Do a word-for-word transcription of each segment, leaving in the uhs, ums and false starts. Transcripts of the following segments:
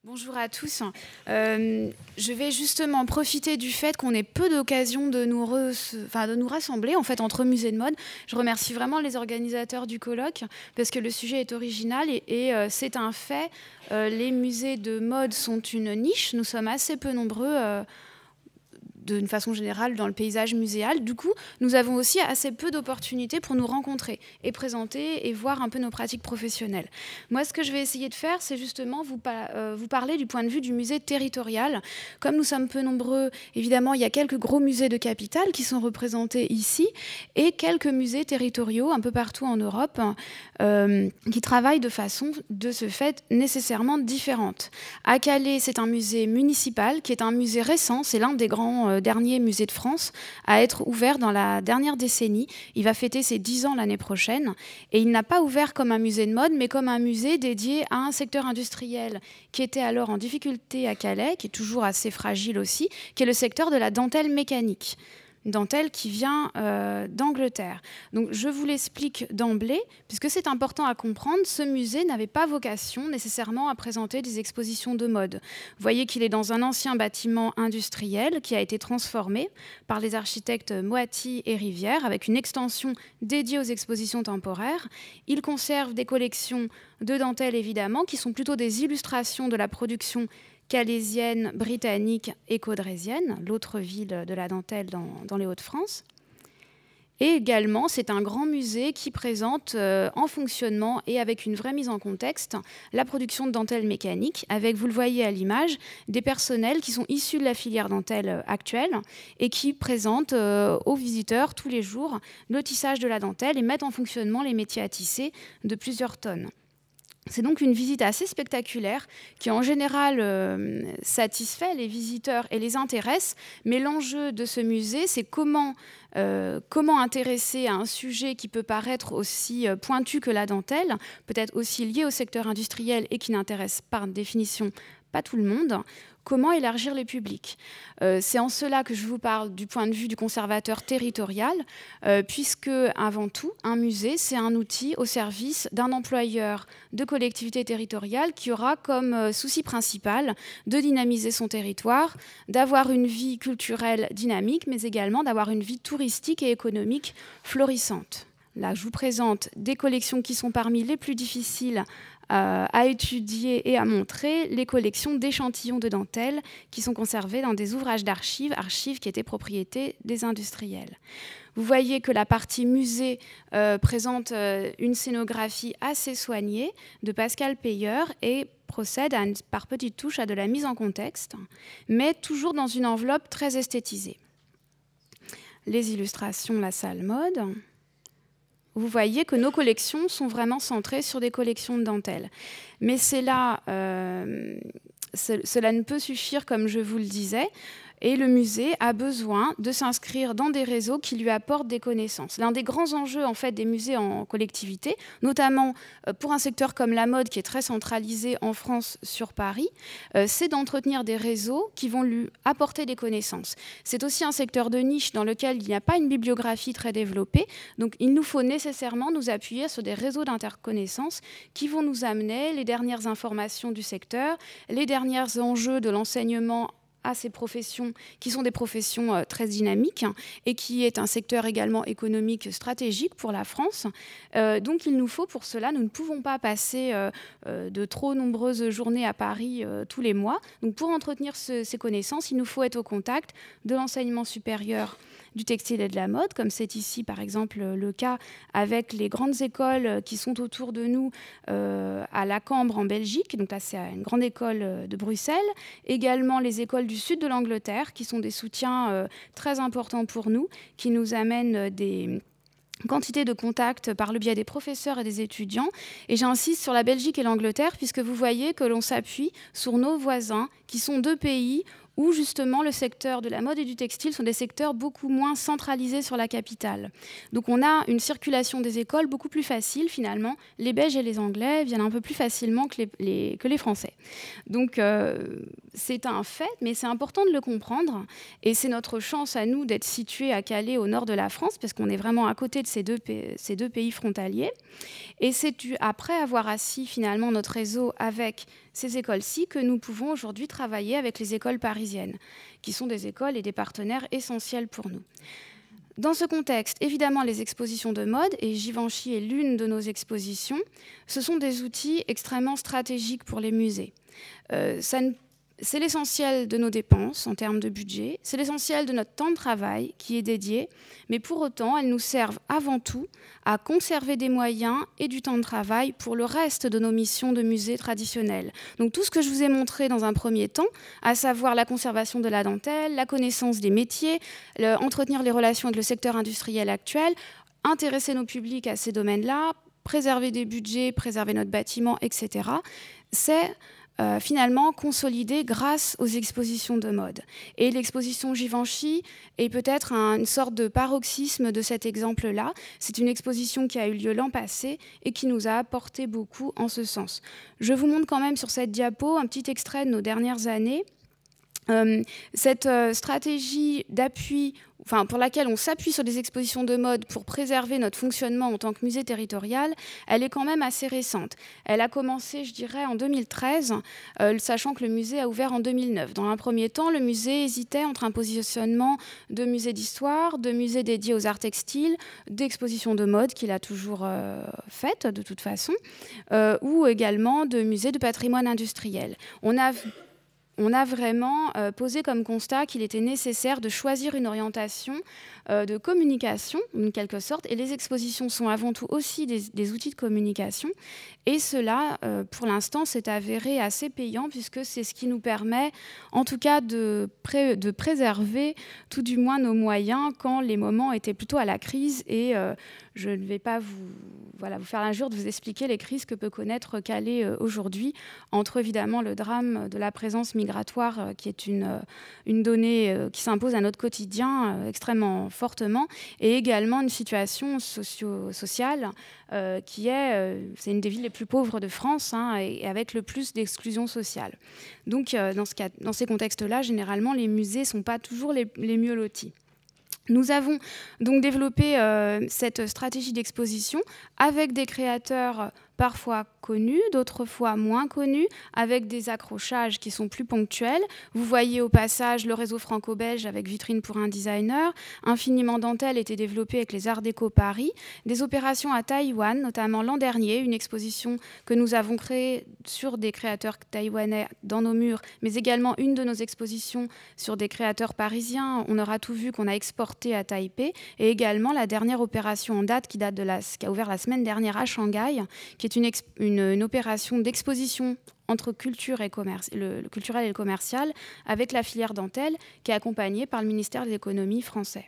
Bonjour à tous. Euh, je vais justement profiter du fait qu'on ait peu d'occasions de, nous re- enfin, de nous rassembler en fait, entre musées de mode. Je remercie vraiment les organisateurs du colloque parce que le sujet est original et, et euh, c'est un fait. Euh, les musées de mode sont une niche. Nous sommes assez peu nombreux euh, d'une façon générale dans le paysage muséal. Du coup, nous avons aussi assez peu d'opportunités pour nous rencontrer et présenter et voir un peu nos pratiques professionnelles. Moi, ce que je vais essayer de faire, c'est justement vous, pa- euh, vous parler du point de vue du musée territorial. Comme nous sommes peu nombreux, évidemment, il y a quelques gros musées de capitale qui sont représentés ici et quelques musées territoriaux un peu partout en Europe euh, qui travaillent de façon, de ce fait, nécessairement différente. À Calais, c'est un musée municipal qui est un musée récent. C'est l'un des grands euh, dernier musée de France à être ouvert dans la dernière décennie. Il va fêter ses dix ans l'année prochaine. Et il n'a pas ouvert comme un musée de mode, mais comme un musée dédié à un secteur industriel qui était alors en difficulté à Calais, qui est toujours assez fragile aussi, qui est le secteur de la dentelle mécanique. Une dentelle qui vient euh, d'Angleterre. Donc je vous l'explique d'emblée, puisque c'est important à comprendre, ce musée n'avait pas vocation nécessairement à présenter des expositions de mode. Vous voyez qu'il est dans un ancien bâtiment industriel qui a été transformé par les architectes Moatti et Rivière, avec une extension dédiée aux expositions temporaires. Il conserve des collections de dentelles, évidemment, qui sont plutôt des illustrations de la production calaisienne, britannique et caudrésienne, l'autre ville de la dentelle dans, dans les Hauts-de-France. Et également, c'est un grand musée qui présente euh, en fonctionnement et avec une vraie mise en contexte la production de dentelles mécaniques, avec, vous le voyez à l'image, des personnels qui sont issus de la filière dentelle actuelle et qui présentent euh, aux visiteurs tous les jours le tissage de la dentelle et mettent en fonctionnement les métiers à tisser de plusieurs tonnes. C'est donc une visite assez spectaculaire qui, en général, euh, satisfait les visiteurs et les intéresse. Mais l'enjeu de ce musée, c'est comment, euh, comment intéresser à un sujet qui peut paraître aussi euh, pointu que la dentelle, peut-être aussi lié au secteur industriel et qui n'intéresse par définition pas tout le monde. Comment élargir les publics ? euh, C'est en cela que je vous parle du point de vue du conservateur territorial, euh, puisque, avant tout, un musée, c'est un outil au service d'un employeur de collectivité territoriale qui aura comme euh, souci principal de dynamiser son territoire, d'avoir une vie culturelle dynamique, mais également d'avoir une vie touristique et économique florissante. Là, je vous présente des collections qui sont parmi les plus difficiles Euh, à étudier et à montrer, les collections d'échantillons de dentelle qui sont conservées dans des ouvrages d'archives, archives qui étaient propriété des industriels. Vous voyez que la partie musée euh, présente euh, une scénographie assez soignée de Pascal Payeur et procède à une, par petites touches à de la mise en contexte, mais toujours dans une enveloppe très esthétisée. Les illustrations, la salle mode. Vous voyez que nos collections sont vraiment centrées sur des collections de dentelles. Mais c'est là, euh, cela ne peut suffire, comme je vous le disais, et le musée a besoin de s'inscrire dans des réseaux qui lui apportent des connaissances. L'un des grands enjeux en fait, des musées en collectivité, notamment pour un secteur comme la mode qui est très centralisé en France sur Paris, euh, c'est d'entretenir des réseaux qui vont lui apporter des connaissances. C'est aussi un secteur de niche dans lequel il n'y a pas une bibliographie très développée, donc il nous faut nécessairement nous appuyer sur des réseaux d'interconnaissances qui vont nous amener les dernières informations du secteur, les derniers enjeux de l'enseignement à ces professions qui sont des professions euh, très dynamiques hein, et qui est un secteur également économique stratégique pour la France. Euh, donc il nous faut pour cela, nous ne pouvons pas passer euh, euh, de trop nombreuses journées à Paris euh, tous les mois. Donc pour entretenir ce, ces connaissances, il nous faut être au contact de l'enseignement supérieur du textile et de la mode, comme c'est ici par exemple le cas avec les grandes écoles qui sont autour de nous euh, à la Cambre en Belgique, donc là c'est une grande école de Bruxelles, également les écoles du sud de l'Angleterre qui sont des soutiens euh, très importants pour nous, qui nous amènent des quantité de contacts par le biais des professeurs et des étudiants. Et j'insiste sur la Belgique et l'Angleterre, puisque vous voyez que l'on s'appuie sur nos voisins, qui sont deux pays où justement le secteur de la mode et du textile sont des secteurs beaucoup moins centralisés sur la capitale. Donc on a une circulation des écoles beaucoup plus facile finalement. Les Belges et les Anglais viennent un peu plus facilement que les, les, que les Français. Donc euh, c'est un fait, mais c'est important de le comprendre. Et c'est notre chance à nous d'être situés à Calais au nord de la France, parce qu'on est vraiment à côté de ces deux, ces deux pays frontaliers. Et c'est après avoir assis finalement notre réseau avec ces écoles-ci que nous pouvons aujourd'hui travailler avec les écoles parisiennes, qui sont des écoles et des partenaires essentiels pour nous. Dans ce contexte, évidemment, les expositions de mode, et Givenchy est l'une de nos expositions, ce sont des outils extrêmement stratégiques pour les musées. Euh, ça ne C'est l'essentiel de nos dépenses en termes de budget, c'est l'essentiel de notre temps de travail qui est dédié, mais pour autant, elles nous servent avant tout à conserver des moyens et du temps de travail pour le reste de nos missions de musée traditionnelles. Donc tout ce que je vous ai montré dans un premier temps, à savoir la conservation de la dentelle, la connaissance des métiers, le, entretenir les relations avec le secteur industriel actuel, intéresser nos publics à ces domaines-là, préserver des budgets, préserver notre bâtiment, et cetera, c'est Euh, finalement consolidé grâce aux expositions de mode. Et l'exposition Givenchy est peut-être un, une sorte de paroxysme de cet exemple-là. C'est une exposition qui a eu lieu l'an passé et qui nous a apporté beaucoup en ce sens. Je vous montre quand même sur cette diapo un petit extrait de nos dernières années. Euh, cette euh, stratégie d'appui, enfin, pour laquelle on s'appuie sur des expositions de mode pour préserver notre fonctionnement en tant que musée territorial, elle est quand même assez récente. Elle a commencé, je dirais, en deux mille treize, euh, sachant que le musée a ouvert en deux mille neuf. Dans un premier temps, le musée hésitait entre un positionnement de musée d'histoire, de musée dédié aux arts textiles, d'expositions de mode qu'il a toujours euh, faites de toute façon, euh, ou également de musée de patrimoine industriel. On a On a vraiment euh, posé comme constat qu'il était nécessaire de choisir une orientation euh, de communication, en quelque sorte, et les expositions sont avant tout aussi des, des outils de communication. Et cela, euh, pour l'instant, s'est avéré assez payant, puisque c'est ce qui nous permet, en tout cas, de, pré- de préserver tout du moins nos moyens quand les moments étaient plutôt à la crise. Et euh, je ne vais pas vous, voilà, vous faire l'injure de vous expliquer les crises que peut connaître Calais euh, aujourd'hui, entre évidemment le drame de la présence migratoire, euh, qui est une, euh, une donnée euh, qui s'impose à notre quotidien euh, extrêmement fortement, et également une situation socio- sociale euh, qui est, euh, c'est une des villes les plus pauvres de France, hein, et, et avec le plus d'exclusion sociale. Donc euh, dans, ce cas, dans ces contextes-là, généralement, les musées ne sont pas toujours les, les mieux lotis. Nous avons donc développé euh, cette stratégie d'exposition avec des créateurs parfois connus, d'autres fois moins connus, avec des accrochages qui sont plus ponctuels. Vous voyez au passage le réseau franco-belge avec Vitrine pour un designer. Infiniment Dentelle était développé avec les Arts Déco Paris. Des opérations à Taïwan, notamment l'an dernier, une exposition que nous avons créée sur des créateurs taïwanais dans nos murs, mais également une de nos expositions sur des créateurs parisiens. On aura tout vu qu'on a exporté à Taipei. Et également la dernière opération en date qui, date de la, qui a ouvert la semaine dernière à Shanghai, qui est une, une, une opération d'exposition entre culture et commerce, le, le culturel et le commercial, avec la filière dentelle, qui est accompagnée par le ministère de l'économie français.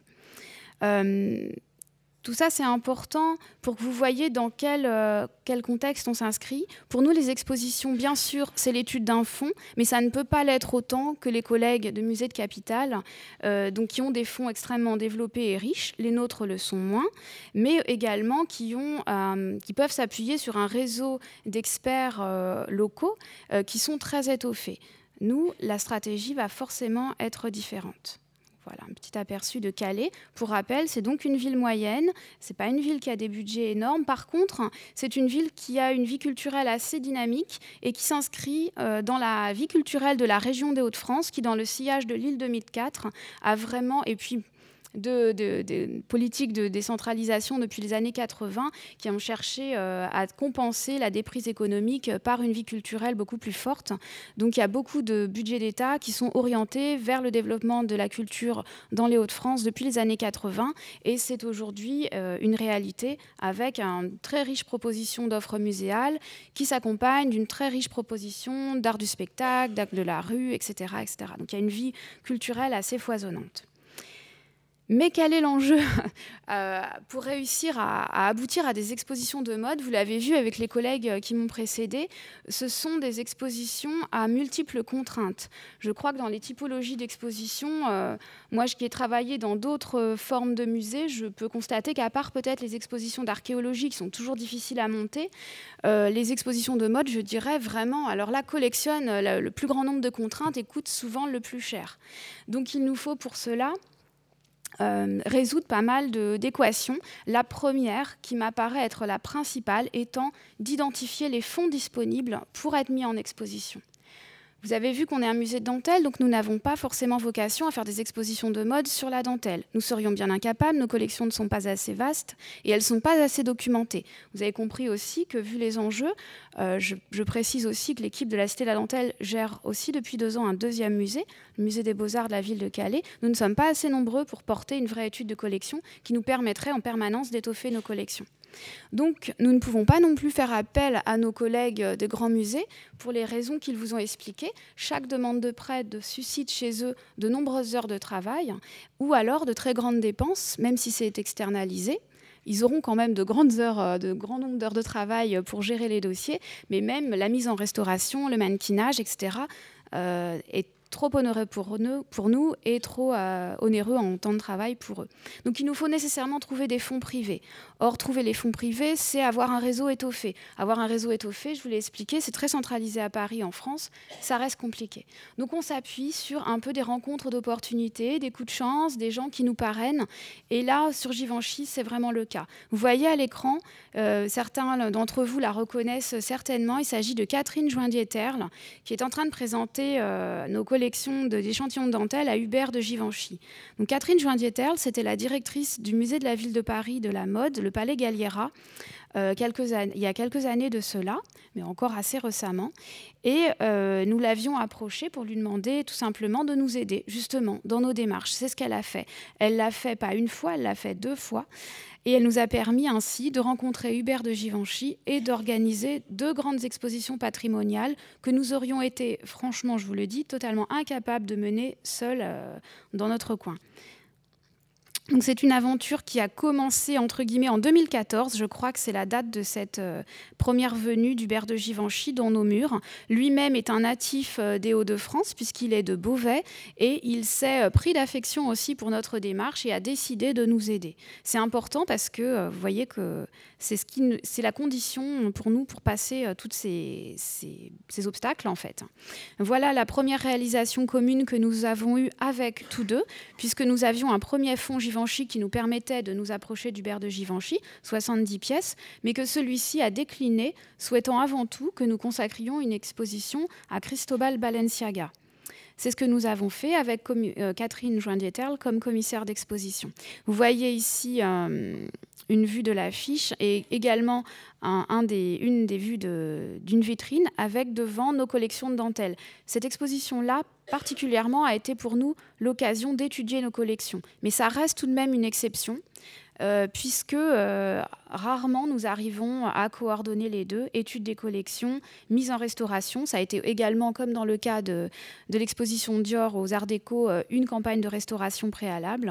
Euh, Tout ça, c'est important pour que vous voyez dans quel, euh, quel contexte on s'inscrit. Pour nous, les expositions, bien sûr, c'est l'étude d'un fonds, mais ça ne peut pas l'être autant que les collègues de musées de capitale, euh, donc qui ont des fonds extrêmement développés et riches. Les nôtres le sont moins, mais également qui, ont, euh, qui peuvent s'appuyer sur un réseau d'experts euh, locaux euh, qui sont très étoffés. Nous, la stratégie va forcément être différente. Voilà, un petit aperçu de Calais. Pour rappel, c'est donc une ville moyenne. Ce n'est pas une ville qui a des budgets énormes. Par contre, c'est une ville qui a une vie culturelle assez dynamique et qui s'inscrit euh, dans la vie culturelle de la région des Hauts-de-France, qui, dans le sillage de l'île de Midcatre, a vraiment... Et puis, de, de, de politiques de décentralisation depuis les années quatre-vingts qui ont cherché euh, à compenser la déprise économique par une vie culturelle beaucoup plus forte. Donc il y a beaucoup de budgets d'État qui sont orientés vers le développement de la culture dans les Hauts-de-France depuis les années quatre-vingts, et c'est aujourd'hui euh, une réalité avec une très riche proposition d'offres muséales qui s'accompagne d'une très riche proposition d'art du spectacle, d'art de la rue, et cetera, et cetera. Donc il y a une vie culturelle assez foisonnante. Mais quel est l'enjeu euh, pour réussir à, à aboutir à des expositions de mode? Vous l'avez vu avec les collègues qui m'ont précédé, ce sont des expositions à multiples contraintes. Je crois que dans les typologies d'exposition, euh, moi qui ai travaillé dans d'autres formes de musées, je peux constater qu'à part peut-être les expositions d'archéologie qui sont toujours difficiles à monter, euh, les expositions de mode, je dirais vraiment, alors là, collectionnent le, le plus grand nombre de contraintes et coûtent souvent le plus cher. Donc il nous faut pour cela... euh, résoudre pas mal de, d'équations. La première, qui m'apparaît être la principale, étant d'identifier les fonds disponibles pour être mis en exposition. Vous avez vu qu'on est un musée de dentelle, donc nous n'avons pas forcément vocation à faire des expositions de mode sur la dentelle. Nous serions bien incapables, nos collections ne sont pas assez vastes et elles ne sont pas assez documentées. Vous avez compris aussi que, vu les enjeux, euh, je, je précise aussi que l'équipe de la Cité de la Dentelle gère aussi depuis deux ans un deuxième musée, le musée des Beaux-Arts de la ville de Calais. Nous ne sommes pas assez nombreux pour porter une vraie étude de collection qui nous permettrait en permanence d'étoffer nos collections. Donc, nous ne pouvons pas non plus faire appel à nos collègues de grands musées pour les raisons qu'ils vous ont expliquées. Chaque demande de prêt suscite chez eux de nombreuses heures de travail ou alors de très grandes dépenses, même si c'est externalisé. Ils auront quand même de grandes heures, de grands nombres d'heures de travail pour gérer les dossiers, mais même la mise en restauration, le mannequinage, et cetera euh, est trop onéreux pour nous, pour nous et trop euh, onéreux en temps de travail pour eux. Donc il nous faut nécessairement trouver des fonds privés. Or, trouver les fonds privés, c'est avoir un réseau étoffé. Avoir un réseau étoffé, je vous l'ai expliqué, c'est très centralisé à Paris, en France, ça reste compliqué. Donc on s'appuie sur un peu des rencontres d'opportunités, des coups de chance, des gens qui nous parrainent. Et là, sur Givenchy, c'est vraiment le cas. Vous voyez à l'écran, euh, certains d'entre vous la reconnaissent certainement, il s'agit de Catherine Joindieterle, qui est en train de présenter euh, nos collections d'échantillons de dentelle à Hubert de Givenchy. Donc Catherine Joindieterle, c'était la directrice du musée de la ville de Paris de la mode, le Palais Galliera, euh, quelques années, il y a quelques années de cela, mais encore assez récemment. Et euh, nous l'avions approchée pour lui demander tout simplement de nous aider, justement, dans nos démarches. C'est ce qu'elle a fait. Elle l'a fait pas une fois, elle l'a fait deux fois. Et elle nous a permis ainsi de rencontrer Hubert de Givenchy et d'organiser deux grandes expositions patrimoniales que nous aurions été, franchement, je vous le dis, totalement incapables de mener seuls euh, dans notre coin. Donc c'est une aventure qui a commencé entre guillemets en deux mille quatorze, je crois que c'est la date de cette euh, première venue d'Hubert de Givenchy dans nos murs. Lui-même est un natif euh, des Hauts-de-France puisqu'il est de Beauvais et il s'est euh, pris d'affection aussi pour notre démarche et a décidé de nous aider. C'est important parce que euh, vous voyez que c'est, ce qui, c'est la condition pour nous pour passer euh, tous ces, ces, ces obstacles en fait. Voilà la première réalisation commune que nous avons eue avec tous deux puisque nous avions un premier fonds Givenchy qui nous permettait de nous approcher d'Hubert de Givenchy, soixante-dix pièces, mais que celui-ci a décliné, souhaitant avant tout que nous consacrions une exposition à Cristobal Balenciaga. C'est ce que nous avons fait avec commu- euh, Catherine Joindieterle comme commissaire d'exposition. Vous voyez ici euh, une vue de l'affiche et également un, un des, une des vues de, d'une vitrine avec devant nos collections de dentelles. Cette exposition-là, particulièrement, a été pour nous l'occasion d'étudier nos collections. Mais ça reste tout de même une exception. Euh, puisque euh, rarement nous arrivons à coordonner les deux, étude des collections, mise en restauration. Ça a été également, comme dans le cas de, de l'exposition Dior aux Arts Déco, euh, une campagne de restauration préalable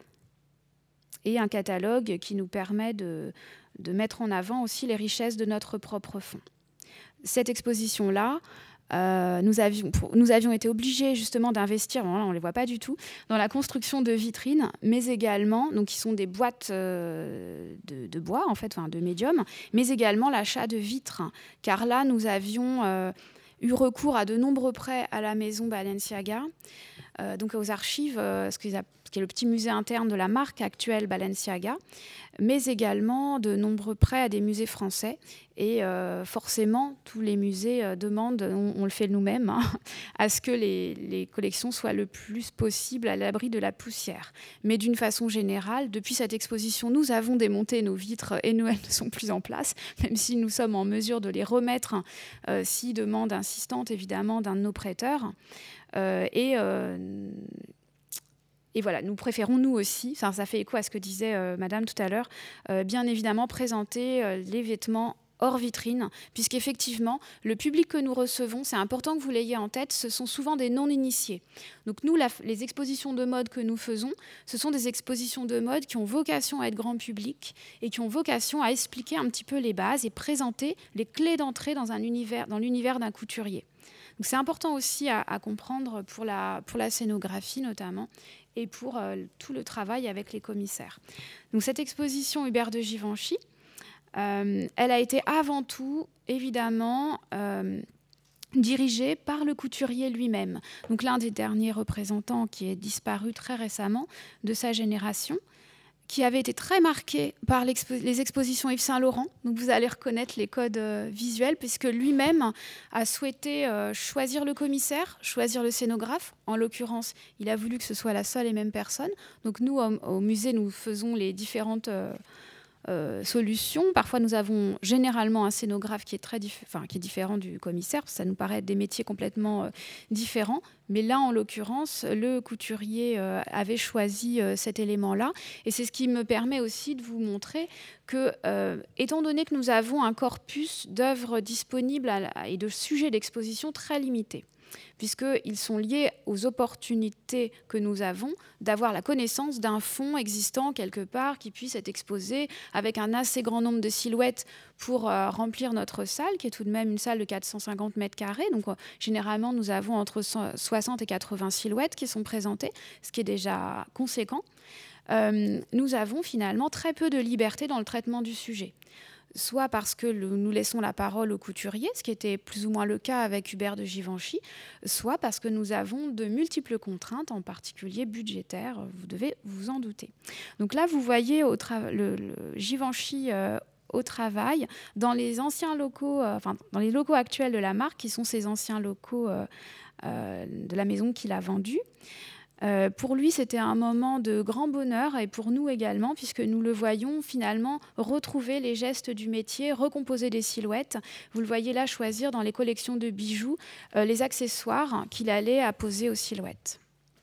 et un catalogue qui nous permet de, de mettre en avant aussi les richesses de notre propre fonds. Cette exposition-là, Euh, nous, avions, pour, nous avions été obligés justement d'investir, bon, là, on ne les voit pas du tout, dans la construction de vitrines, mais également, donc qui sont des boîtes euh, de, de bois, en fait, enfin, de médium, mais également l'achat de vitres, car là, nous avions euh, eu recours à de nombreux prêts à la maison Balenciaga, euh, donc aux archives, euh, ce qu'ils appellent qui est le petit musée interne de la marque actuelle Balenciaga, mais également de nombreux prêts à des musées français. Et euh, forcément, tous les musées euh, demandent, on, on le fait nous-mêmes, hein, à ce que les, les collections soient le plus possible à l'abri de la poussière. Mais d'une façon générale, depuis cette exposition, nous avons démonté nos vitres et nous, elles ne sont plus en place, même si nous sommes en mesure de les remettre euh, si demande insistante, évidemment, d'un de nos prêteurs. Euh, et... Euh, Et voilà, nous préférons, nous aussi, ça, ça fait écho à ce que disait euh, Madame tout à l'heure, euh, bien évidemment présenter euh, les vêtements hors vitrine, puisqu'effectivement, le public que nous recevons, c'est important que vous l'ayez en tête, ce sont souvent des non-initiés. Donc nous, la, les expositions de mode que nous faisons, ce sont des expositions de mode qui ont vocation à être grand public et qui ont vocation à expliquer un petit peu les bases et présenter les clés d'entrée dans, un univers, dans l'univers d'un couturier. Donc c'est important aussi à, à comprendre pour la, pour la scénographie notamment et pour euh, tout le travail avec les commissaires. Donc cette exposition Hubert de Givenchy, euh, elle a été avant tout, évidemment, euh, dirigé par le couturier lui-même. Donc l'un des derniers représentants qui est disparu très récemment de sa génération, qui avait été très marqué par l'expo- les expositions Yves Saint Laurent. Donc vous allez reconnaître les codes euh, visuels, puisque lui-même a souhaité euh, choisir le commissaire, choisir le scénographe. En l'occurrence, il a voulu que ce soit la seule et même personne. Donc nous, au, au musée, nous faisons les différentes euh, euh, solutions. Parfois, nous avons généralement un scénographe qui est, très dif- enfin, qui est différent du commissaire, parce que ça nous paraît être des métiers complètement euh, différents. Mais là, en l'occurrence, le couturier euh, avait choisi euh, cet élément-là. Et c'est ce qui me permet aussi de vous montrer que, euh, étant donné que nous avons un corpus d'œuvres disponibles à la, et de sujets d'exposition très limité, puisqu'ils sont liés aux opportunités que nous avons d'avoir la connaissance d'un fonds existant quelque part qui puisse être exposé avec un assez grand nombre de silhouettes pour euh, remplir notre salle, qui est tout de même une salle de quatre cent cinquante mètres carrés. Donc, euh, généralement, nous avons entre soixante et quatre-vingts silhouettes qui sont présentées, ce qui est déjà conséquent. Euh, nous avons finalement très peu de liberté dans le traitement du sujet. Soit parce que le, nous laissons la parole au couturier, ce qui était plus ou moins le cas avec Hubert de Givenchy, soit parce que nous avons de multiples contraintes, en particulier budgétaires, vous devez vous en douter. Donc là, vous voyez au tra- le, le Givenchy euh, au travail dans les anciens locaux, euh, enfin dans les locaux actuels de la marque, qui sont ces anciens locaux euh, euh, de la maison qu'il a vendue. Euh, pour lui, c'était un moment de grand bonheur, et pour nous également, puisque nous le voyons finalement retrouver les gestes du métier, recomposer des silhouettes. Vous le voyez là choisir dans les collections de bijoux euh, les accessoires qu'il allait apposer aux silhouettes.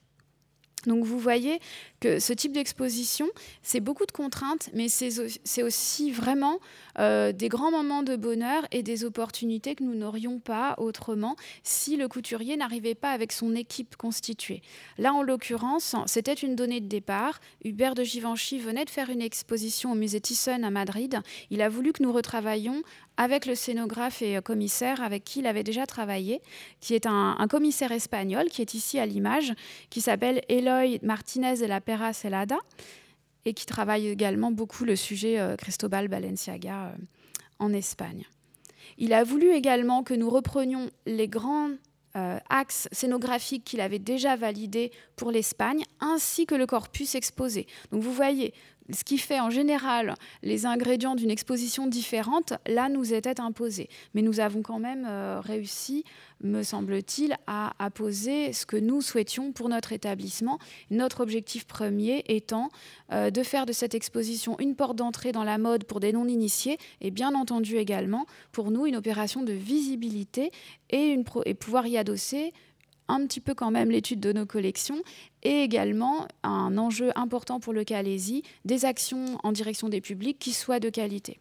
Donc vous voyez que ce type d'exposition, c'est beaucoup de contraintes, mais c'est, c'est aussi vraiment euh, des grands moments de bonheur et des opportunités que nous n'aurions pas autrement si le couturier n'arrivait pas avec son équipe constituée. Là, en l'occurrence, c'était une donnée de départ. Hubert de Givenchy venait de faire une exposition au musée Thyssen à Madrid. Il a voulu que nous retravaillions avec le scénographe et commissaire avec qui il avait déjà travaillé, qui est un, un commissaire espagnol, qui est ici à l'image, qui s'appelle Eloy Martinez de la Pera Celada, et qui travaille également beaucoup le sujet euh, Cristobal Balenciaga euh, en Espagne. Il a voulu également que nous reprenions les grands euh, axes scénographiques qu'il avait déjà validés pour l'Espagne, ainsi que le corpus exposé. Donc vous voyez, ce qui fait en général les ingrédients d'une exposition différente, là nous était imposé. Mais nous avons quand même euh, réussi, me semble-t-il, à, à poser ce que nous souhaitions pour notre établissement. Notre objectif premier étant euh, de faire de cette exposition une porte d'entrée dans la mode pour des non-initiés, et bien entendu également pour nous une opération de visibilité et, une pro- et pouvoir y adosser un petit peu quand même l'étude de nos collections, et également un enjeu important pour le Calaisis, des actions en direction des publics qui soient de qualité.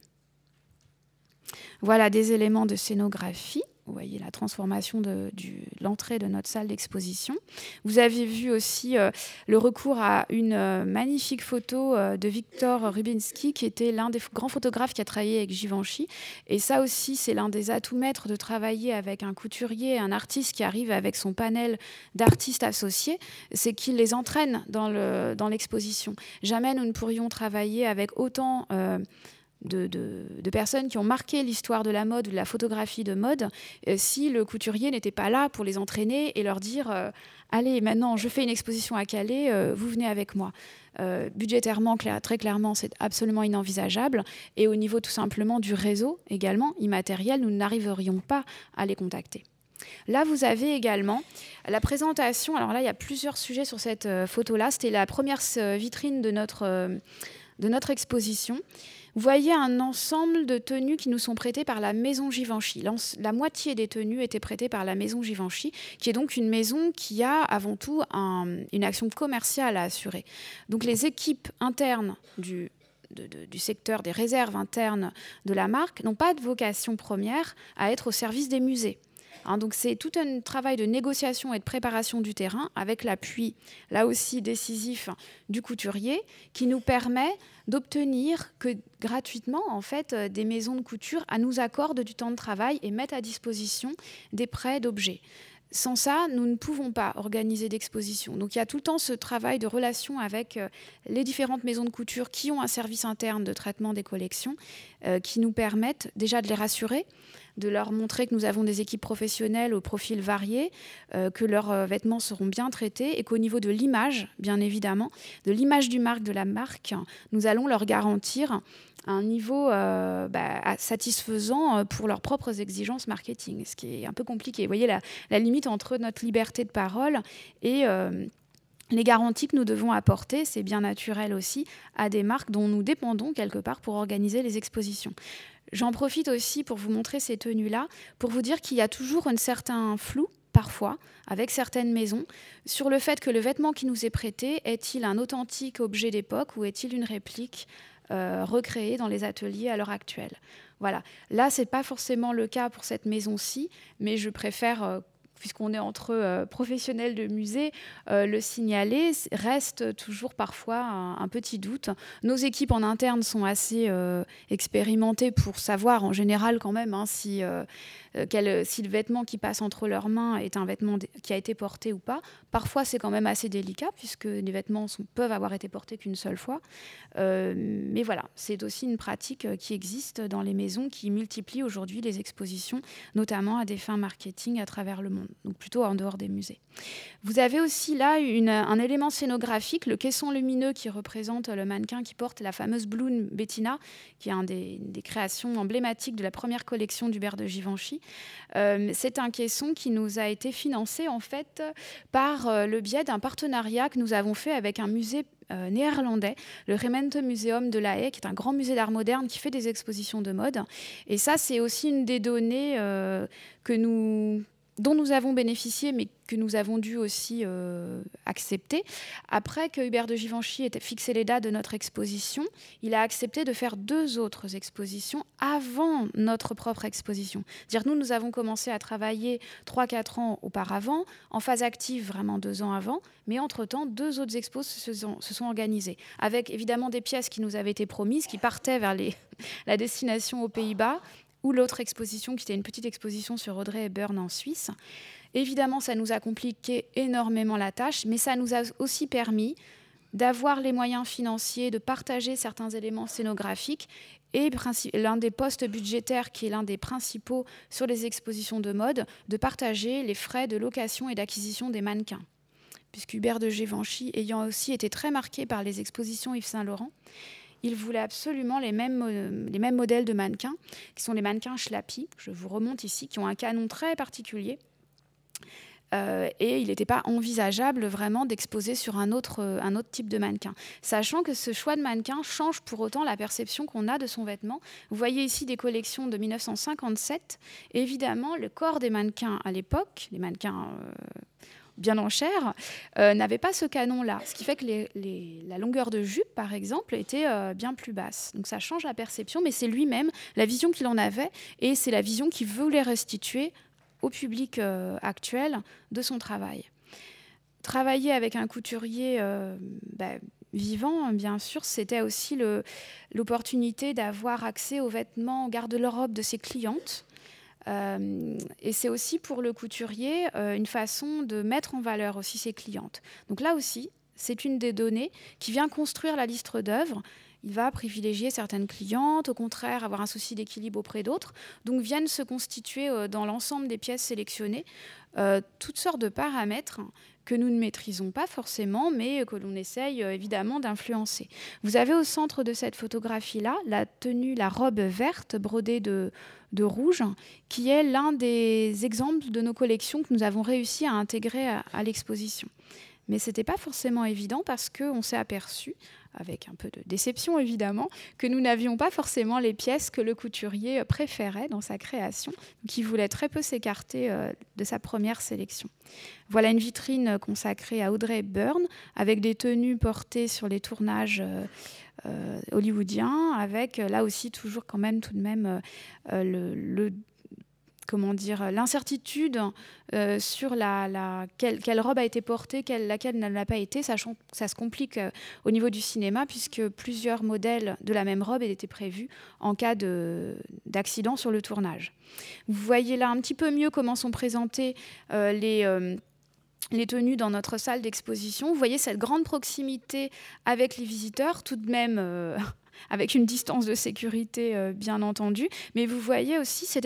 Voilà des éléments de scénographie. Vous voyez la transformation de, du, de l'entrée de notre salle d'exposition. Vous avez vu aussi euh, le recours à une euh, magnifique photo euh, de Victor Rubinski, qui était l'un des grands photographes qui a travaillé avec Givenchy. Et ça aussi, c'est l'un des atouts maîtres de travailler avec un couturier, un artiste qui arrive avec son panel d'artistes associés, c'est qu'il les entraîne dans, le, dans l'exposition. Jamais nous ne pourrions travailler avec autant... Euh, De, de, de personnes qui ont marqué l'histoire de la mode ou de la photographie de mode, euh, si le couturier n'était pas là pour les entraîner et leur dire euh, « Allez, maintenant, je fais une exposition à Calais, euh, vous venez avec moi euh, ». Budgétairement, clair, très clairement, c'est absolument inenvisageable. Et au niveau tout simplement du réseau, également, immatériel, nous n'arriverions pas à les contacter. Là, vous avez également la présentation. Alors là, il y a plusieurs sujets sur cette euh, photo-là. C'était la première euh, vitrine de notre, euh, de notre exposition. Vous voyez un ensemble de tenues qui nous sont prêtées par la maison Givenchy. La moitié des tenues étaient prêtées par la maison Givenchy, qui est donc une maison qui a avant tout un, une action commerciale à assurer. Donc les équipes internes du, de, de, du secteur des réserves internes de la marque n'ont pas de vocation première à être au service des musées. Hein, donc c'est tout un travail de négociation et de préparation du terrain avec l'appui, là aussi décisif, du couturier, qui nous permet d'obtenir que gratuitement, en fait, des maisons de couture nous accordent du temps de travail et mettent à disposition des prêts d'objets. Sans ça, nous ne pouvons pas organiser d'exposition. Donc il y a tout le temps ce travail de relation avec les différentes maisons de couture qui ont un service interne de traitement des collections, euh, qui nous permettent déjà de les rassurer, de leur montrer que nous avons des équipes professionnelles aux profils variés, euh, que leurs euh, vêtements seront bien traités et qu'au niveau de l'image, bien évidemment, de l'image du marque, de la marque, nous allons leur garantir un niveau euh, bah, satisfaisant pour leurs propres exigences marketing, ce qui est un peu compliqué. Vous voyez la, la limite entre notre liberté de parole et euh, les garanties que nous devons apporter, c'est bien naturel aussi, à des marques dont nous dépendons quelque part pour organiser les expositions. J'en profite aussi pour vous montrer ces tenues-là, pour vous dire qu'il y a toujours un certain flou, parfois, avec certaines maisons, sur le fait que le vêtement qui nous est prêté, est-il un authentique objet d'époque ou est-il une réplique euh, recréée dans les ateliers à l'heure actuelle. Voilà. Là, ce n'est pas forcément le cas pour cette maison-ci, mais je préfère... Euh, puisqu'on est entre euh, professionnels de musée, euh, le signaler reste toujours parfois un, un petit doute. Nos équipes en interne sont assez euh, expérimentées pour savoir en général quand même hein, si, euh, quel, si le vêtement qui passe entre leurs mains est un vêtement qui a été porté ou pas. Parfois, c'est quand même assez délicat puisque les vêtements sont, peuvent avoir été portés qu'une seule fois. Euh, mais voilà, c'est aussi une pratique qui existe dans les maisons qui multiplie aujourd'hui les expositions, notamment à des fins marketing à travers le monde. Donc plutôt en dehors des musées. Vous avez aussi là une, un élément scénographique, le caisson lumineux qui représente le mannequin qui porte la fameuse Bloom Bettina, qui est une des, des créations emblématiques de la première collection d'Hubert de Givenchy. Euh, c'est un caisson qui nous a été financé en fait par euh, le biais d'un partenariat que nous avons fait avec un musée Euh, néerlandais, le Remente Museum de La Haye, qui est un grand musée d'art moderne qui fait des expositions de mode. Et ça, c'est aussi une des données euh, que nous, dont nous avons bénéficié, mais que nous avons dû aussi euh, accepter. Après que Hubert de Givenchy ait fixé les dates de notre exposition, il a accepté de faire deux autres expositions avant notre propre exposition. C'est-à-dire nous, nous avons commencé à travailler trois à quatre ans auparavant, en phase active vraiment deux ans avant, mais entre-temps, deux autres expos se sont, se sont organisées, avec évidemment des pièces qui nous avaient été promises, qui partaient vers les, la destination aux Pays-Bas, ou l'autre exposition, qui était une petite exposition sur Audrey Hepburn en Suisse. Évidemment, ça nous a compliqué énormément la tâche, mais ça nous a aussi permis d'avoir les moyens financiers, de partager certains éléments scénographiques. Et l'un des postes budgétaires, qui est l'un des principaux sur les expositions de mode, de partager les frais de location et d'acquisition des mannequins. Puisque Hubert de Givenchy, ayant aussi été très marqué par les expositions Yves Saint Laurent, il voulait absolument les mêmes, euh, les mêmes modèles de mannequins, qui sont les mannequins Schlappi, je vous remonte ici, qui ont un canon très particulier. Euh, et il n'était pas envisageable vraiment d'exposer sur un autre, euh, un autre type de mannequin. Sachant que ce choix de mannequin change pour autant la perception qu'on a de son vêtement. Vous voyez ici des collections de mille neuf cent cinquante-sept. Évidemment, le corps des mannequins à l'époque, les mannequins... Euh, bien en chair, euh, n'avait pas ce canon-là. Ce qui fait que les, les, la longueur de jupe, par exemple, était euh, bien plus basse. Donc ça change la perception, mais c'est lui-même, la vision qu'il en avait, et c'est la vision qu'il voulait restituer au public euh, actuel de son travail. Travailler avec un couturier euh, bah, vivant, bien sûr, c'était aussi le, l'opportunité d'avoir accès aux vêtements, aux garde-robe de ses clientes. Euh, et c'est aussi pour le couturier euh, une façon de mettre en valeur aussi ses clientes. Donc là aussi, c'est une des données qui vient construire la liste d'œuvres. Il va privilégier certaines clientes, au contraire avoir un souci d'équilibre auprès d'autres. Donc viennent se constituer euh, dans l'ensemble des pièces sélectionnées euh, toutes sortes de paramètres que nous ne maîtrisons pas forcément, mais que l'on essaye euh, évidemment d'influencer. Vous avez au centre de cette photographie-là la tenue, la robe verte brodée de, de rouge, qui est l'un des exemples de nos collections que nous avons réussi à intégrer à, à l'exposition. Mais ce n'était pas forcément évident parce qu'on s'est aperçu, avec un peu de déception évidemment, que nous n'avions pas forcément les pièces que le couturier préférait dans sa création, qui voulait très peu s'écarter euh, de sa première sélection. Voilà une vitrine consacrée à Audrey Hepburn, avec des tenues portées sur les tournages euh, euh, hollywoodiens, avec là aussi toujours quand même tout de même euh, le... le comment dire, l'incertitude euh, sur la, la, quelle, quelle robe a été portée, quelle, laquelle ne l'a pas été, sachant que ça se complique euh, au niveau du cinéma, puisque plusieurs modèles de la même robe étaient prévus en cas de, d'accident sur le tournage. Vous voyez là un petit peu mieux comment sont présentées euh, les... Euh, les tenues dans notre salle d'exposition. Vous voyez cette grande proximité avec les visiteurs, tout de même euh, avec une distance de sécurité euh, bien entendu, mais vous voyez aussi, c'était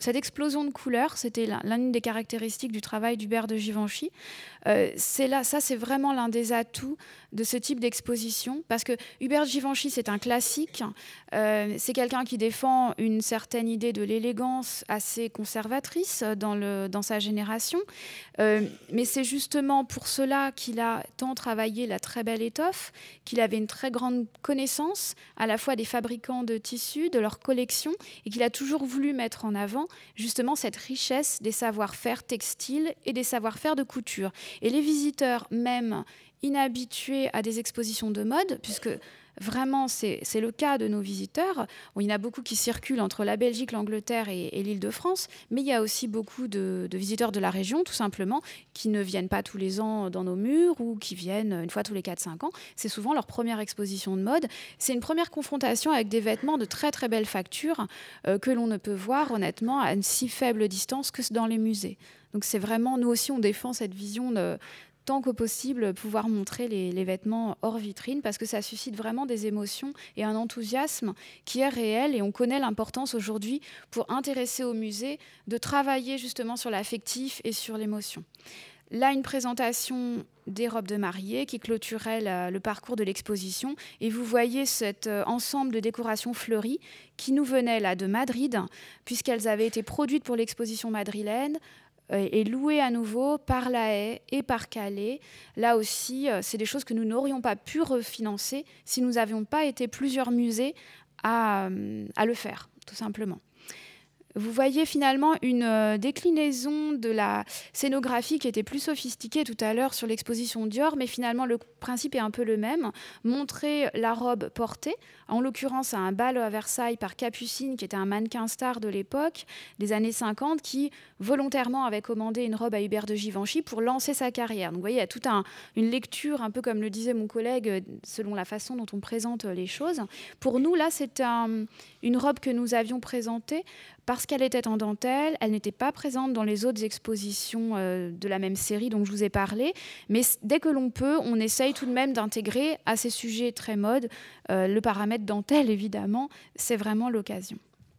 cette explosion de couleurs, c'était l'une des caractéristiques du travail d'Hubert de Givenchy. Euh, c'est là, ça, c'est vraiment l'un des atouts de ce type d'exposition, parce que Hubert de Givenchy, c'est un classique. Euh, c'est quelqu'un qui défend une certaine idée de l'élégance assez conservatrice dans, le, dans sa génération. Euh, mais c'est justement pour cela qu'il a tant travaillé la très belle étoffe, qu'il avait une très grande connaissance à la fois des fabricants de tissus, de leur collection, et qu'il a toujours voulu mettre en avant justement cette richesse des savoir-faire textiles et des savoir-faire de couture. Et les visiteurs, même inhabitués à des expositions de mode, puisque vraiment c'est, c'est le cas de nos visiteurs, bon, il y en a beaucoup qui circulent entre la Belgique, l'Angleterre et, et l'Île-de-France, mais il y a aussi beaucoup de, de visiteurs de la région, tout simplement, qui ne viennent pas tous les ans dans nos murs ou qui viennent une fois tous les quatre cinq ans. C'est souvent leur première exposition de mode. C'est une première confrontation avec des vêtements de très très belle facture euh, que l'on ne peut voir honnêtement à une si faible distance que dans les musées. Donc c'est vraiment, nous aussi on défend cette vision de tant que possible, pouvoir montrer les, les vêtements hors vitrine, parce que ça suscite vraiment des émotions et un enthousiasme qui est réel. Et on connaît l'importance aujourd'hui, pour intéresser au musée, de travailler justement sur l'affectif et sur l'émotion. Là, une présentation des robes de mariée qui clôturait la, le parcours de l'exposition. Et vous voyez cet euh, ensemble de décorations fleuries qui nous venaient là de Madrid, puisqu'elles avaient été produites pour l'exposition madrilène, et loué à nouveau par La Haye et par Calais. Là aussi, c'est des choses que nous n'aurions pas pu refinancer si nous n'avions pas été plusieurs musées à, à le faire, tout simplement. Vous voyez finalement une déclinaison de la scénographie qui était plus sophistiquée tout à l'heure sur l'exposition Dior, mais finalement le principe est un peu le même. Montrer la robe portée, en l'occurrence à un bal à Versailles par Capucine, qui était un mannequin star de l'époque, des années cinquante, qui volontairement avait commandé une robe à Hubert de Givenchy pour lancer sa carrière. Donc vous voyez, il y a toute un, une lecture, un peu comme le disait mon collègue, selon la façon dont on présente les choses. Pour nous, là, c'est un, une robe que nous avions présentée parce qu'elle était en dentelle, elle n'était pas présente dans les autres expositions euh, de la même série dont je vous ai parlé, mais dès que l'on peut, on essaye tout de même d'intégrer à ces sujets très mode euh, le paramètre dentelle, évidemment, c'est vraiment l'occasion.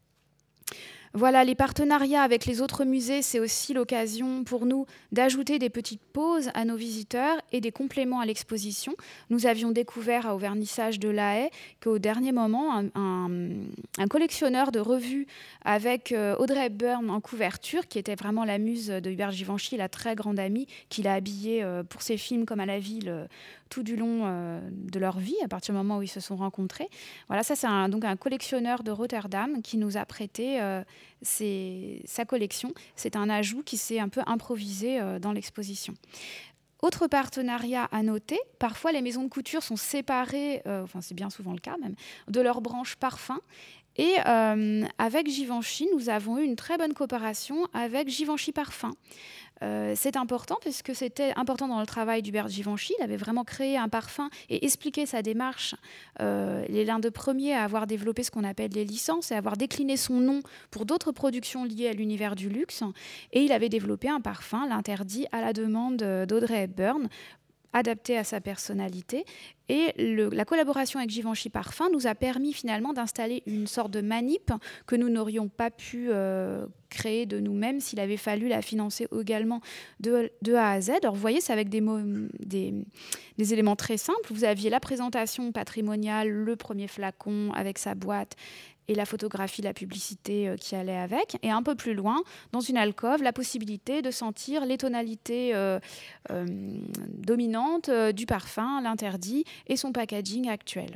Voilà, les partenariats avec les autres musées, c'est aussi l'occasion pour nous d'ajouter des petites pauses à nos visiteurs et des compléments à l'exposition. Nous avions découvert au vernissage de La Haye qu'au dernier moment, un, un, un collectionneur de revues avec Audrey Hepburn en couverture, qui était vraiment la muse de Hubert Givenchy, la très grande amie, qu'il a habillée pour ses films comme à la ville tout du long euh, de leur vie, à partir du moment où ils se sont rencontrés. Voilà, ça c'est un, donc un collectionneur de Rotterdam qui nous a prêté euh, ses, sa collection. C'est un ajout qui s'est un peu improvisé euh, dans l'exposition. Autre partenariat à noter, parfois les maisons de couture sont séparées, euh, enfin c'est bien souvent le cas même, de leur branche parfum. Et euh, avec Givenchy, nous avons eu une très bonne coopération avec Givenchy Parfum. Euh, c'est important parce que c'était important dans le travail d'Hubert Givenchy. Il avait vraiment créé un parfum et expliqué sa démarche. Euh, il est l'un des premiers à avoir développé ce qu'on appelle les licences et à avoir décliné son nom pour d'autres productions liées à l'univers du luxe. Et il avait développé un parfum, l'Interdit, à la demande d'Audrey Hepburn, adapté à sa personnalité. Et le, la collaboration avec Givenchy Parfum nous a permis finalement d'installer une sorte de manip que nous n'aurions pas pu euh, créer de nous-mêmes s'il avait fallu la financer également de, de A à Z. Alors vous voyez, c'est avec des, mots, des, des éléments très simples. Vous aviez la présentation patrimoniale, le premier flacon avec sa boîte, et la photographie, la publicité euh, qui allait avec. Et un peu plus loin, dans une alcôve, la possibilité de sentir les tonalités euh, euh, dominantes euh, du parfum, l'Interdit, et son packaging actuel.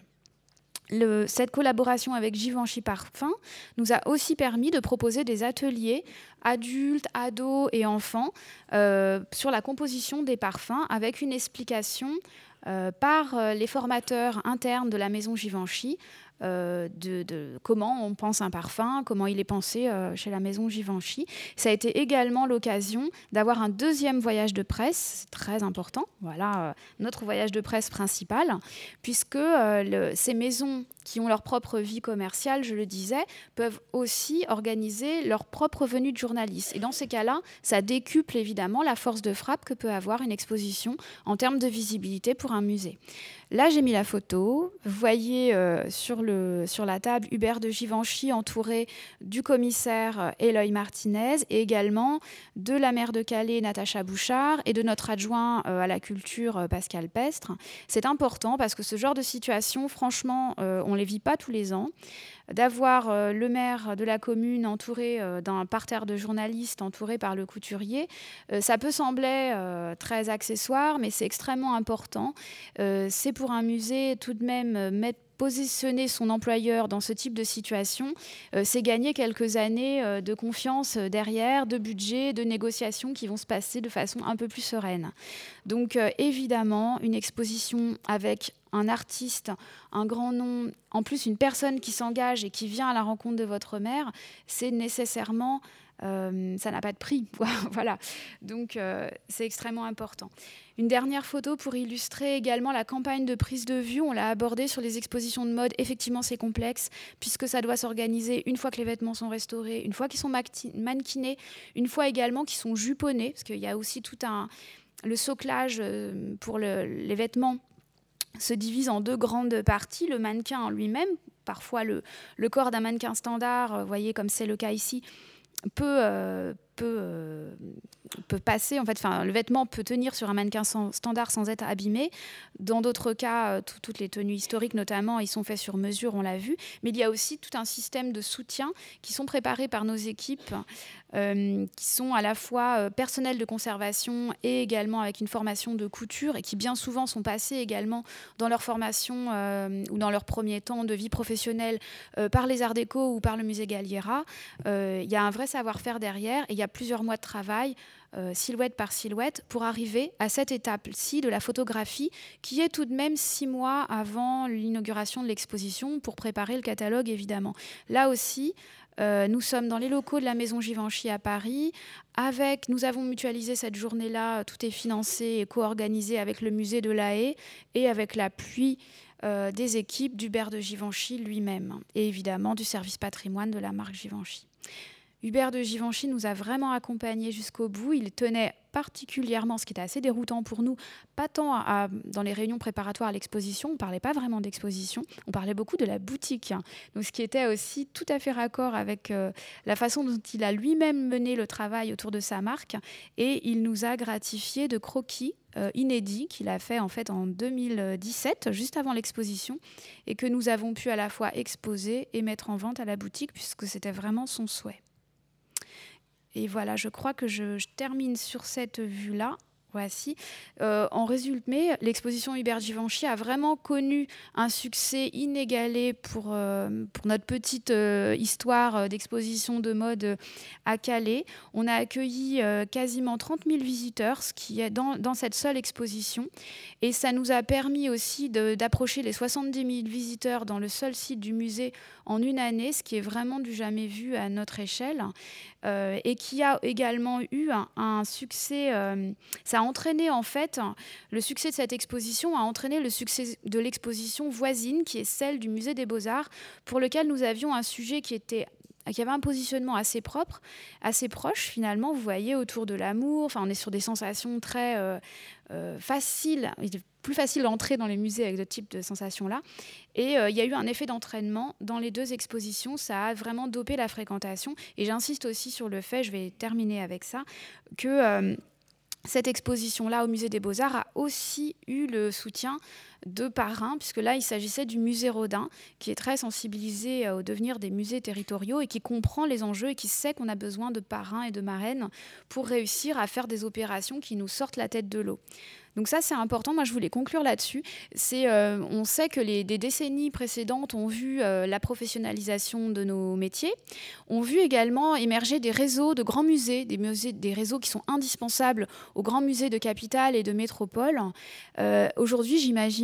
Le, cette collaboration avec Givenchy Parfum nous a aussi permis de proposer des ateliers adultes, ados et enfants euh, sur la composition des parfums avec une explication euh, par euh, les formateurs internes de la maison Givenchy Euh, de, de comment on pense un parfum, comment il est pensé euh, chez la maison Givenchy. Ça a été également l'occasion d'avoir un deuxième voyage de presse, c'est très important, voilà euh, notre voyage de presse principal, puisque euh, le, ces maisons qui ont leur propre vie commerciale, je le disais, peuvent aussi organiser leur propre venue de journaliste. Et dans ces cas-là, ça décuple évidemment la force de frappe que peut avoir une exposition en termes de visibilité pour un musée. Là, j'ai mis la photo. Vous voyez euh, sur, le, sur la table Hubert de Givenchy entouré du commissaire euh, Eloy Martinez et également de la maire de Calais, Natacha Bouchard, et de notre adjoint euh, à la culture, euh, Pascal Pestre. C'est important parce que ce genre de situation, franchement, euh, on ne les vit pas tous les ans. D'avoir euh, le maire de la commune entouré euh, d'un parterre de journalistes, entouré par le couturier, euh, ça peut sembler euh, très accessoire, mais c'est extrêmement important. Euh, c'est pour un musée tout de même euh, mettre positionner son employeur dans ce type de situation, euh, c'est gagner quelques années euh, de confiance euh, derrière, de budget, de négociations qui vont se passer de façon un peu plus sereine. Donc euh, évidemment, une exposition avec un artiste, un grand nom, en plus une personne qui s'engage et qui vient à la rencontre de votre maire, c'est nécessairement... Euh, ça n'a pas de prix. Voilà. Donc, euh, c'est extrêmement important. Une dernière photo pour illustrer également la campagne de prise de vue. On l'a abordé sur les expositions de mode. Effectivement, c'est complexe puisque ça doit s'organiser une fois que les vêtements sont restaurés, une fois qu'ils sont mannequinés, une fois également qu'ils sont juponnés, parce qu'il y a aussi tout un... Le soclage pour le, les vêtements se divise en deux grandes parties. Le mannequin en lui-même, parfois le, le corps d'un mannequin standard, vous voyez comme c'est le cas ici, peut, euh, peut, euh, peut passer, en fait, enfin, le vêtement peut tenir sur un mannequin sans, standard sans être abîmé. Dans d'autres cas, euh, tout, toutes les tenues historiques notamment, ils sont faits sur mesure, on l'a vu. Mais il y a aussi tout un système de soutien qui sont préparés par nos équipes, euh, qui sont à la fois euh, personnels de conservation et également avec une formation de couture et qui bien souvent sont passés également dans leur formation euh, ou dans leur premier temps de vie professionnelle euh, par les Arts Déco ou par le musée Galliera. Euh, il y a un vrai savoir-faire derrière et il y a plusieurs mois de travail, euh, silhouette par silhouette, pour arriver à cette étape-ci de la photographie qui est tout de même six mois avant l'inauguration de l'exposition pour préparer le catalogue évidemment. Là aussi, Euh, nous sommes dans les locaux de la Maison Givenchy à Paris. Avec, nous avons mutualisé cette journée-là. Tout est financé et co-organisé avec le musée de La Haye et avec l'appui euh, des équipes d'Hubert de Givenchy lui-même et évidemment du service patrimoine de la marque Givenchy. Hubert de Givenchy nous a vraiment accompagnés jusqu'au bout. Il tenait particulièrement, ce qui était assez déroutant pour nous, pas tant à, à, dans les réunions préparatoires à l'exposition, on ne parlait pas vraiment d'exposition, on parlait beaucoup de la boutique. Donc, ce qui était aussi tout à fait raccord avec euh, la façon dont il a lui-même mené le travail autour de sa marque. Et il nous a gratifié de croquis euh, inédits qu'il a fait en fait en deux mille dix-sept, juste avant l'exposition, et que nous avons pu à la fois exposer et mettre en vente à la boutique, puisque c'était vraiment son souhait. Et voilà, je crois que je, je termine sur cette vue-là. Voici. Euh, en résumé, l'exposition Hubert Givenchy a vraiment connu un succès inégalé pour, euh, pour notre petite euh, histoire d'exposition de mode à Calais. On a accueilli euh, quasiment trente mille visiteurs, ce qui est dans, dans cette seule exposition. Et ça nous a permis aussi de, d'approcher les soixante-dix mille visiteurs dans le seul site du musée en une année, ce qui est vraiment du jamais vu à notre échelle. Euh, et qui a également eu un, un succès... Euh, ça a entraîné, en fait, le succès de cette exposition a entraîné le succès de l'exposition voisine, qui est celle du Musée des Beaux-Arts, pour lequel nous avions un sujet qui était... qui avait un positionnement assez propre, assez proche finalement, vous voyez, autour de l'amour. Enfin, on est sur des sensations très euh, euh, faciles. Il est plus facile d'entrer dans les musées avec ce type de sensations-là. Et euh, il y a eu un effet d'entraînement dans les deux expositions. Ça a vraiment dopé la fréquentation. Et j'insiste aussi sur le fait, je vais terminer avec ça, que... Euh, cette exposition-là au Musée des Beaux-Arts a aussi eu le soutien de parrains, puisque là, il s'agissait du musée Rodin, qui est très sensibilisé au devenir des musées territoriaux et qui comprend les enjeux et qui sait qu'on a besoin de parrains et de marraines pour réussir à faire des opérations qui nous sortent la tête de l'eau. Donc ça, c'est important. Moi, je voulais conclure là-dessus. C'est, euh, on sait que les des décennies précédentes ont vu euh, la professionnalisation de nos métiers, ont vu également émerger des réseaux de grands musées, des, musées, des réseaux qui sont indispensables aux grands musées de capitale et de métropole. Euh, aujourd'hui, j'imagine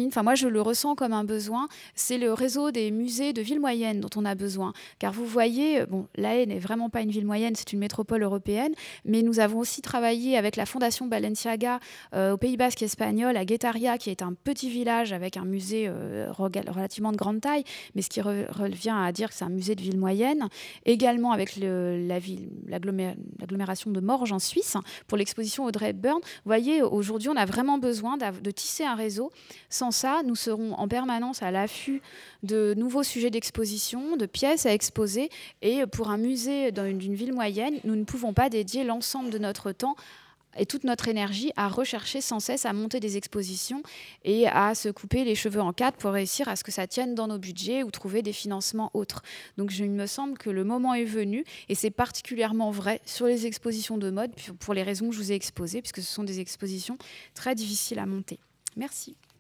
Céline, enfin moi je le ressens comme un besoin, c'est le réseau des musées de villes moyennes dont on a besoin. Car vous voyez, bon, La Haye n'est vraiment pas une ville moyenne, c'est une métropole européenne, mais nous avons aussi travaillé avec la Fondation Balenciaga euh, au Pays Basque espagnol, à Guetaria, qui est un petit village avec un musée euh, relativement de grande taille, mais ce qui re- revient à dire que c'est un musée de ville moyenne. Également avec le, la ville, l'agglomé- l'agglomération de Morges en Suisse, pour l'exposition Audrey Hepburn. Vous voyez, aujourd'hui, on a vraiment besoin de tisser un réseau. Sans ça, nous serons en permanence à l'affût de nouveaux sujets d'exposition, de pièces à exposer. Et pour un musée d'une ville moyenne, nous ne pouvons pas dédier l'ensemble de notre temps et toute notre énergie à rechercher sans cesse, à monter des expositions et à se couper les cheveux en quatre pour réussir à ce que ça tienne dans nos budgets ou trouver des financements autres. Donc je, il me semble que le moment est venu, et c'est particulièrement vrai sur les expositions de mode, pour les raisons que je vous ai exposées, puisque ce sont des expositions très difficiles à monter. Merci.